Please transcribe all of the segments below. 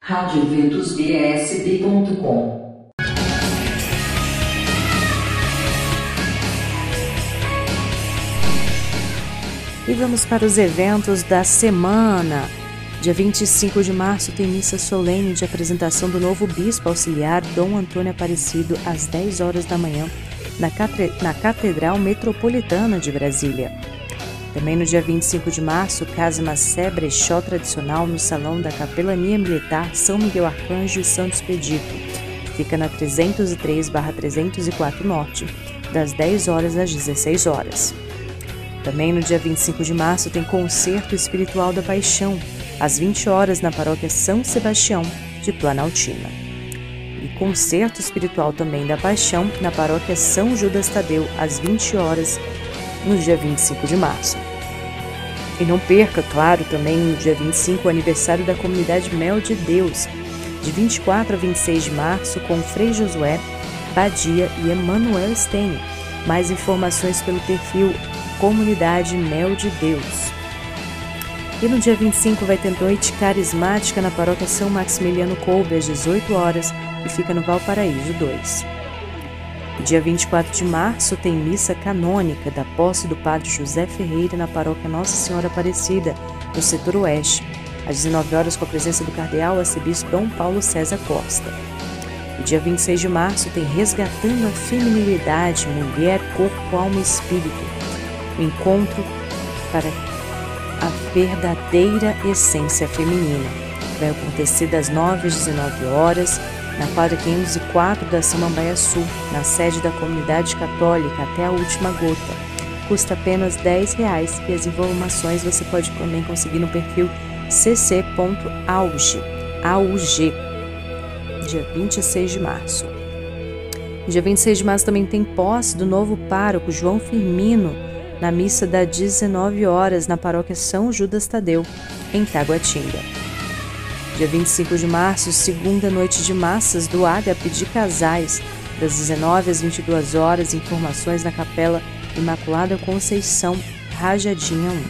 radioventusbsb.com. E vamos para os eventos da semana. Dia 25 de março tem missa solene de apresentação do novo bispo auxiliar Dom Antônio Aparecido às 10 horas da manhã na Catedral Metropolitana de Brasília. Também no dia 25 de março, Casa Macé Brechó Tradicional no Salão da Capelania Militar São Miguel Arcanjo e Santo Expedito. Fica na 303/304 Norte, das 10 horas às 16 horas. Também no dia 25 de março tem Concerto Espiritual da Paixão, às 20 horas na Paróquia São Sebastião de Planaltina. E Concerto Espiritual também da Paixão na Paróquia São Judas Tadeu, às 20 horas no dia 25 de março. E não perca, claro, também no dia 25 o aniversário da comunidade Mel de Deus, de 24 a 26 de março, com Frei Josué Badia e Emanuel Stene. Mais informações pelo perfil Comunidade Mel de Deus. E no dia 25 vai ter noite carismática na Paróquia São Maximiliano Kolbe, às 18 horas, e fica no Valparaíso 2. Dia 24 de março tem missa canônica da posse do Padre José Ferreira na Paróquia Nossa Senhora Aparecida, no setor oeste, às 19 horas com a presença do cardeal arcebispo Dom Paulo César Costa. E dia 26 de março tem Resgatando a Feminilidade, Mulher, Corpo, Alma e Espírito, o encontro para a verdadeira essência feminina. Vai acontecer das 9 às 19 horas, na quadra 504 da Samambaia Sul, na sede da Comunidade Católica, até a última gota. Custa apenas R$10 e as informações você pode também conseguir no perfil cc.auge, AUG, dia 26 de março. Dia 26 de março também tem posse do novo pároco João Firmino, na missa das 19 horas na Paróquia São Judas Tadeu, em Taguatinga. Dia 25 de março, segunda noite de massas do Ágape de Casais, das 19 às 22 horas, informações na Capela Imaculada Conceição, Rajadinha 1.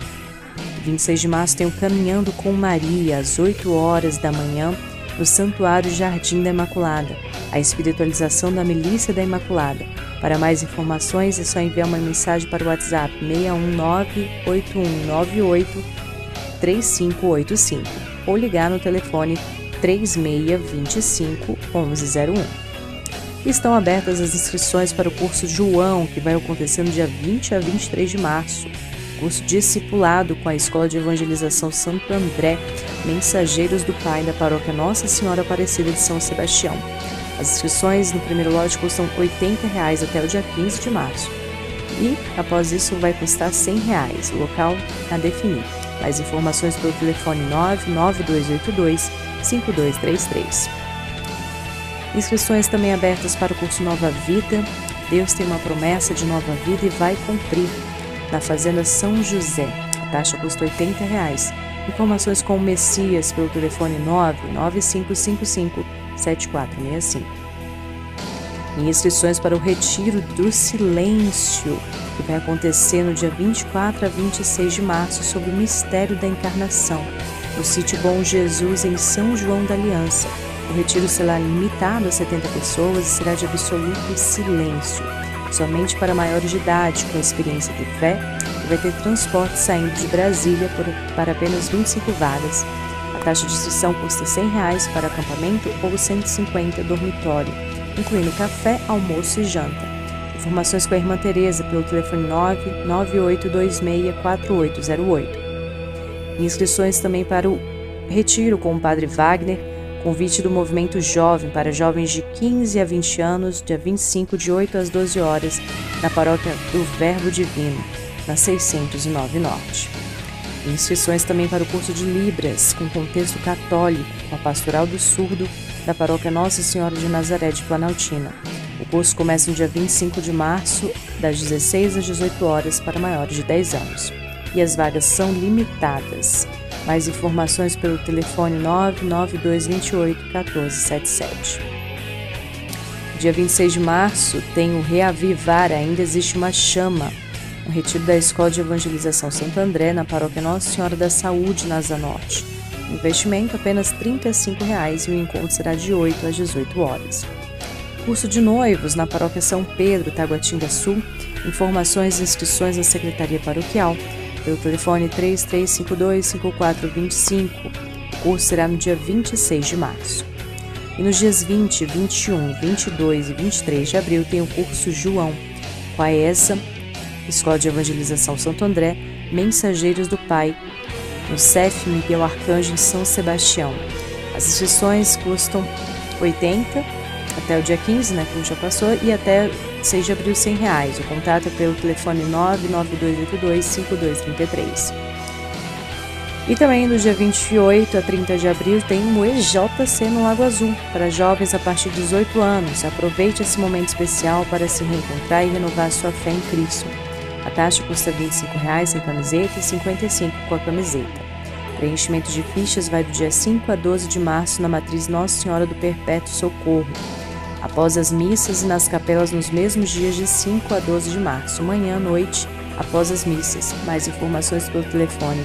26 de março tem o Caminhando com Maria, às 8 horas da manhã, no Santuário Jardim da Imaculada, a espiritualização da Milícia da Imaculada. Para mais informações é só enviar uma mensagem para o WhatsApp 619-8198-3585 ou ligar no telefone 3625-1101. Estão abertas as inscrições para o curso João, que vai acontecer no dia 20 a 23 de março. Curso discipulado com a Escola de Evangelização Santo André, Mensageiros do Pai da Paróquia Nossa Senhora Aparecida de São Sebastião. As inscrições no primeiro lote custam R$80 até o dia 15 de março. E, após isso, vai custar R$100. O local a definir. Mais informações pelo telefone 99282-5233. Inscrições também abertas para o curso Nova Vida. Deus tem uma promessa de nova vida e vai cumprir. Na Fazenda São José. A taxa custa R$80. Informações com o Messias pelo telefone 99555-7465. E inscrições para o Retiro do Silêncio, que vai acontecer no dia 24 a 26 de março, sobre o mistério da encarnação, no sítio Bom Jesus, em São João da Aliança. O retiro será limitado a 70 pessoas e será de absoluto silêncio, somente para maiores de idade, com experiência de fé, e vai ter transporte saindo de Brasília para apenas 25 vagas. A taxa de inscrição custa R$100 para acampamento ou R$150 dormitório, incluindo café, almoço e janta. Informações com a Irmã Teresa pelo telefone 998264808. Inscrições também para o Retiro com o Padre Wagner, convite do Movimento Jovem para jovens de 15 a 20 anos, dia 25, de 8 às 12 horas, na Paróquia do Verbo Divino, na 609 Norte. Inscrições também para o curso de Libras, com contexto católico, com a Pastoral do Surdo, da Paróquia Nossa Senhora de Nazaré de Planaltina. O curso começa no dia 25 de março, das 16 às 18 horas, para maiores de 10 anos. E as vagas são limitadas. Mais informações pelo telefone 99228-1477. Dia 26 de março tem o Reavivar, Ainda Existe uma Chama, um retiro da Escola de Evangelização Santo André, na Paróquia Nossa Senhora da Saúde, na Asa Norte. Investimento apenas R$ 35,00 e o encontro será de 8 às 18 horas. Curso de noivos na Paróquia São Pedro, Taguatinga Sul. Informações e inscrições na Secretaria Paroquial pelo telefone 3352-5425. O curso será no dia 26 de março. E nos dias 20, 21, 22 e 23 de abril tem o curso João, com a ESA, Escola de Evangelização Santo André, Mensageiros do Pai, no CEF Miguel Arcanjo em São Sebastião. As inscrições custam R$ 80 até o dia 15, que já passou, e até 6 de abril R$ 100. O contato é pelo telefone 99282-5233. E também do dia 28 a 30 de abril tem o EJC no Lago Azul, para jovens a partir de 18 anos. Aproveite esse momento especial para se reencontrar e renovar sua fé em Cristo. A taxa custa R$ 25,00 sem camiseta e R$ 55,00 com a camiseta. Preenchimento de fichas vai do dia 5 a 12 de março na Matriz Nossa Senhora do Perpétuo Socorro. Após as missas e nas capelas nos mesmos dias de 5 a 12 de março, manhã, noite, após as missas. Mais informações pelo telefone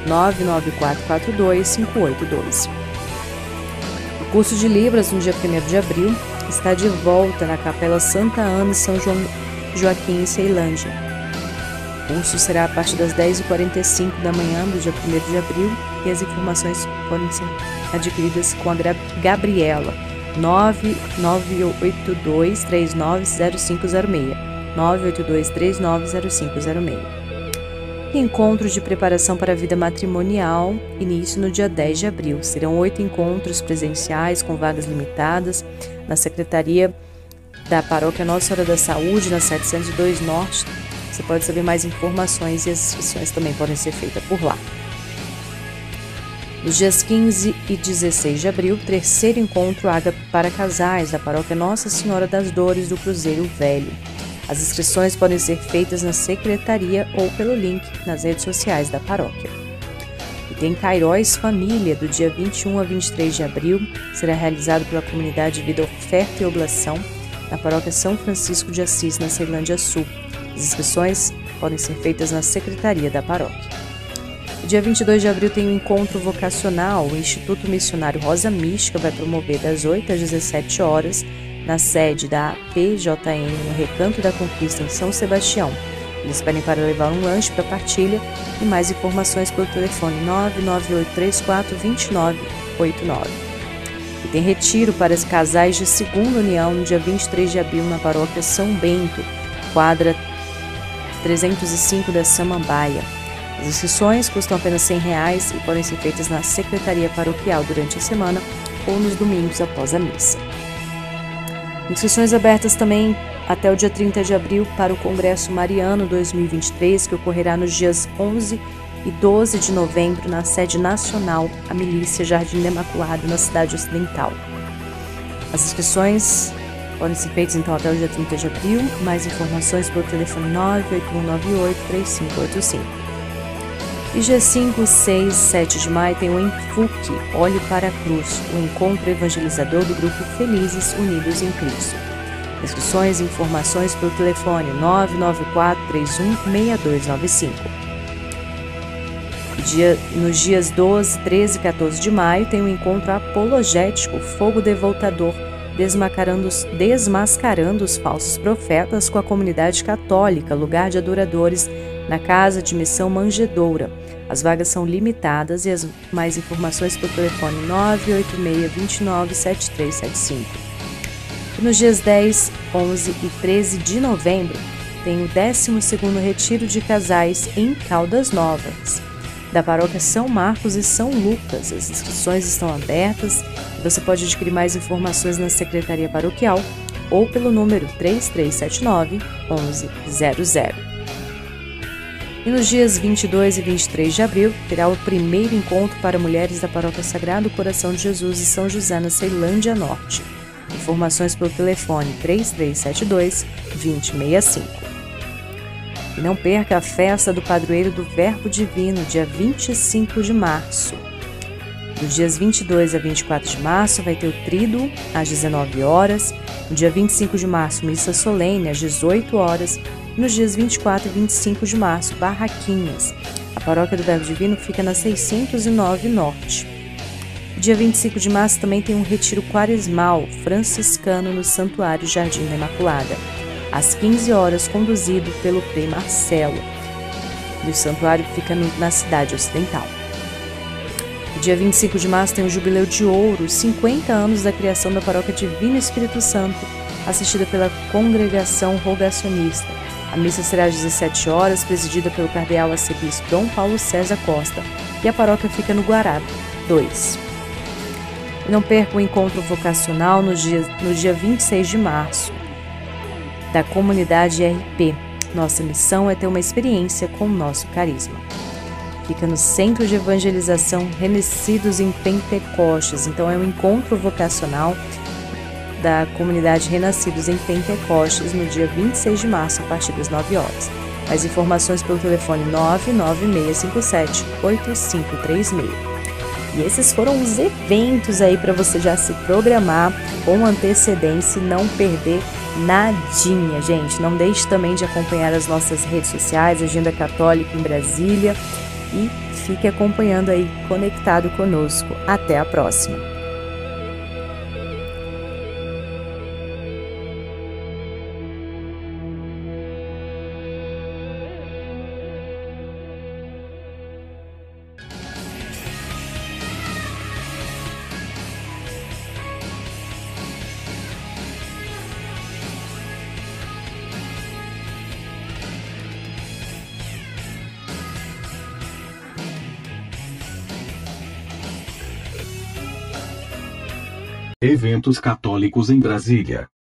99442-5812. O curso de Libras, no dia 1º de abril, está de volta na Capela Santa Ana e São Joaquim, em Ceilândia. O curso será a partir das 10h45 da manhã do dia 1º de abril e as informações podem ser adquiridas com a Gabriela, 982390506, 982390506. Encontro de preparação para a vida matrimonial, início no dia 10 de abril. Serão 8 encontros presenciais com vagas limitadas na Secretaria da Paróquia Nossa Senhora da Saúde, na 702 Norte. Você pode saber mais informações e as inscrições também podem ser feitas por lá. Nos dias 15 e 16 de abril, terceiro encontro Ágape para casais da Paróquia Nossa Senhora das Dores do Cruzeiro Velho. As inscrições podem ser feitas na secretaria ou pelo link nas redes sociais da paróquia. E tem Cairóis Família, do dia 21 a 23 de abril, será realizado pela Comunidade Vida Oferta e Oblação, na Paróquia São Francisco de Assis, na Ceilândia Sul. As inscrições podem ser feitas na secretaria da paróquia. No dia 22 de abril tem um encontro vocacional. O Instituto Missionário Rosa Mística vai promover das 8 às 17 horas, na sede da PJN, no Recanto da Conquista, em São Sebastião. Eles pedem para levar um lanche para partilha e mais informações pelo telefone 99834-2989. E tem retiro para os casais de segunda união no dia 23 de abril na Paróquia São Bento, quadra 305 da Samambaia. As inscrições custam apenas R$ 100 e podem ser feitas na Secretaria Paroquial durante a semana ou nos domingos após a missa. Inscrições abertas também até o dia 30 de abril para o Congresso Mariano 2023, que ocorrerá nos dias 11 e 12 de novembro na sede nacional, a Milícia Jardim da Imaculada, na cidade ocidental. As inscrições podem ser feitas então até o dia 30 de abril. Mais informações pelo telefone 98198-3585. E dia 5, 6, 7 de maio tem o Enfuque, Olhe para a Cruz, o encontro evangelizador do grupo Felizes Unidos em Cristo. Inscrições e informações pelo telefone 99431-6295. Nos dias 12, 13 e 14 de maio tem o encontro apologético Fogo Devoltador, desmascarando os falsos profetas com a comunidade católica, lugar de adoradores, na Casa de Missão Manjedoura. As vagas são limitadas e as mais informações pelo telefone 986-297375. E nos dias 10, 11 e 13 de novembro tem o 12º Retiro de Casais em Caldas Novas, da Paróquia São Marcos e São Lucas. As inscrições estão abertas e você pode adquirir mais informações na Secretaria Paroquial ou pelo número 3379-1100. E nos dias 22 e 23 de abril, terá o primeiro encontro para mulheres da Paróquia Sagrado Coração de Jesus e São José, na Ceilândia Norte. Informações pelo telefone 3372-2065. E não perca a festa do Padroeiro do Verbo Divino, dia 25 de março. Dos dias 22 a 24 de março vai ter o Tríduo, às 19 horas. No dia 25 de março, missa solene, às 18 horas. Nos dias 24 e 25 de março, barraquinhas. A Paróquia do Verbo Divino fica na 609 Norte. Dia 25 de março também tem um retiro quaresmal franciscano no Santuário Jardim da Imaculada, às 15 horas, conduzido pelo Frei Marcelo. E o santuário fica na cidade ocidental. No dia 25 de março tem o Jubileu de Ouro, 50 anos da criação da Paróquia Divino Espírito Santo, assistida pela Congregação Rogacionista. A missa será às 17 horas, presidida pelo cardeal arcebispo Dom Paulo César Costa, e a paróquia fica no Guará 2. E não perca o encontro vocacional no dia 26 de março, da comunidade RP. Nossa missão é ter uma experiência com o nosso carisma. Fica no Centro de Evangelização Renascidos em Pentecostes. Então é um encontro vocacional da comunidade Renascidos em Pentecostes no dia 26 de março, a partir das 9 horas. Mais informações pelo telefone 99657-8536. E esses foram os eventos aí para você já se programar com antecedência e não perder nadinha, gente. Não deixe também de acompanhar as nossas redes sociais, Agenda Católica em Brasília, e fique acompanhando aí, conectado conosco. Até a próxima! Eventos católicos em Brasília.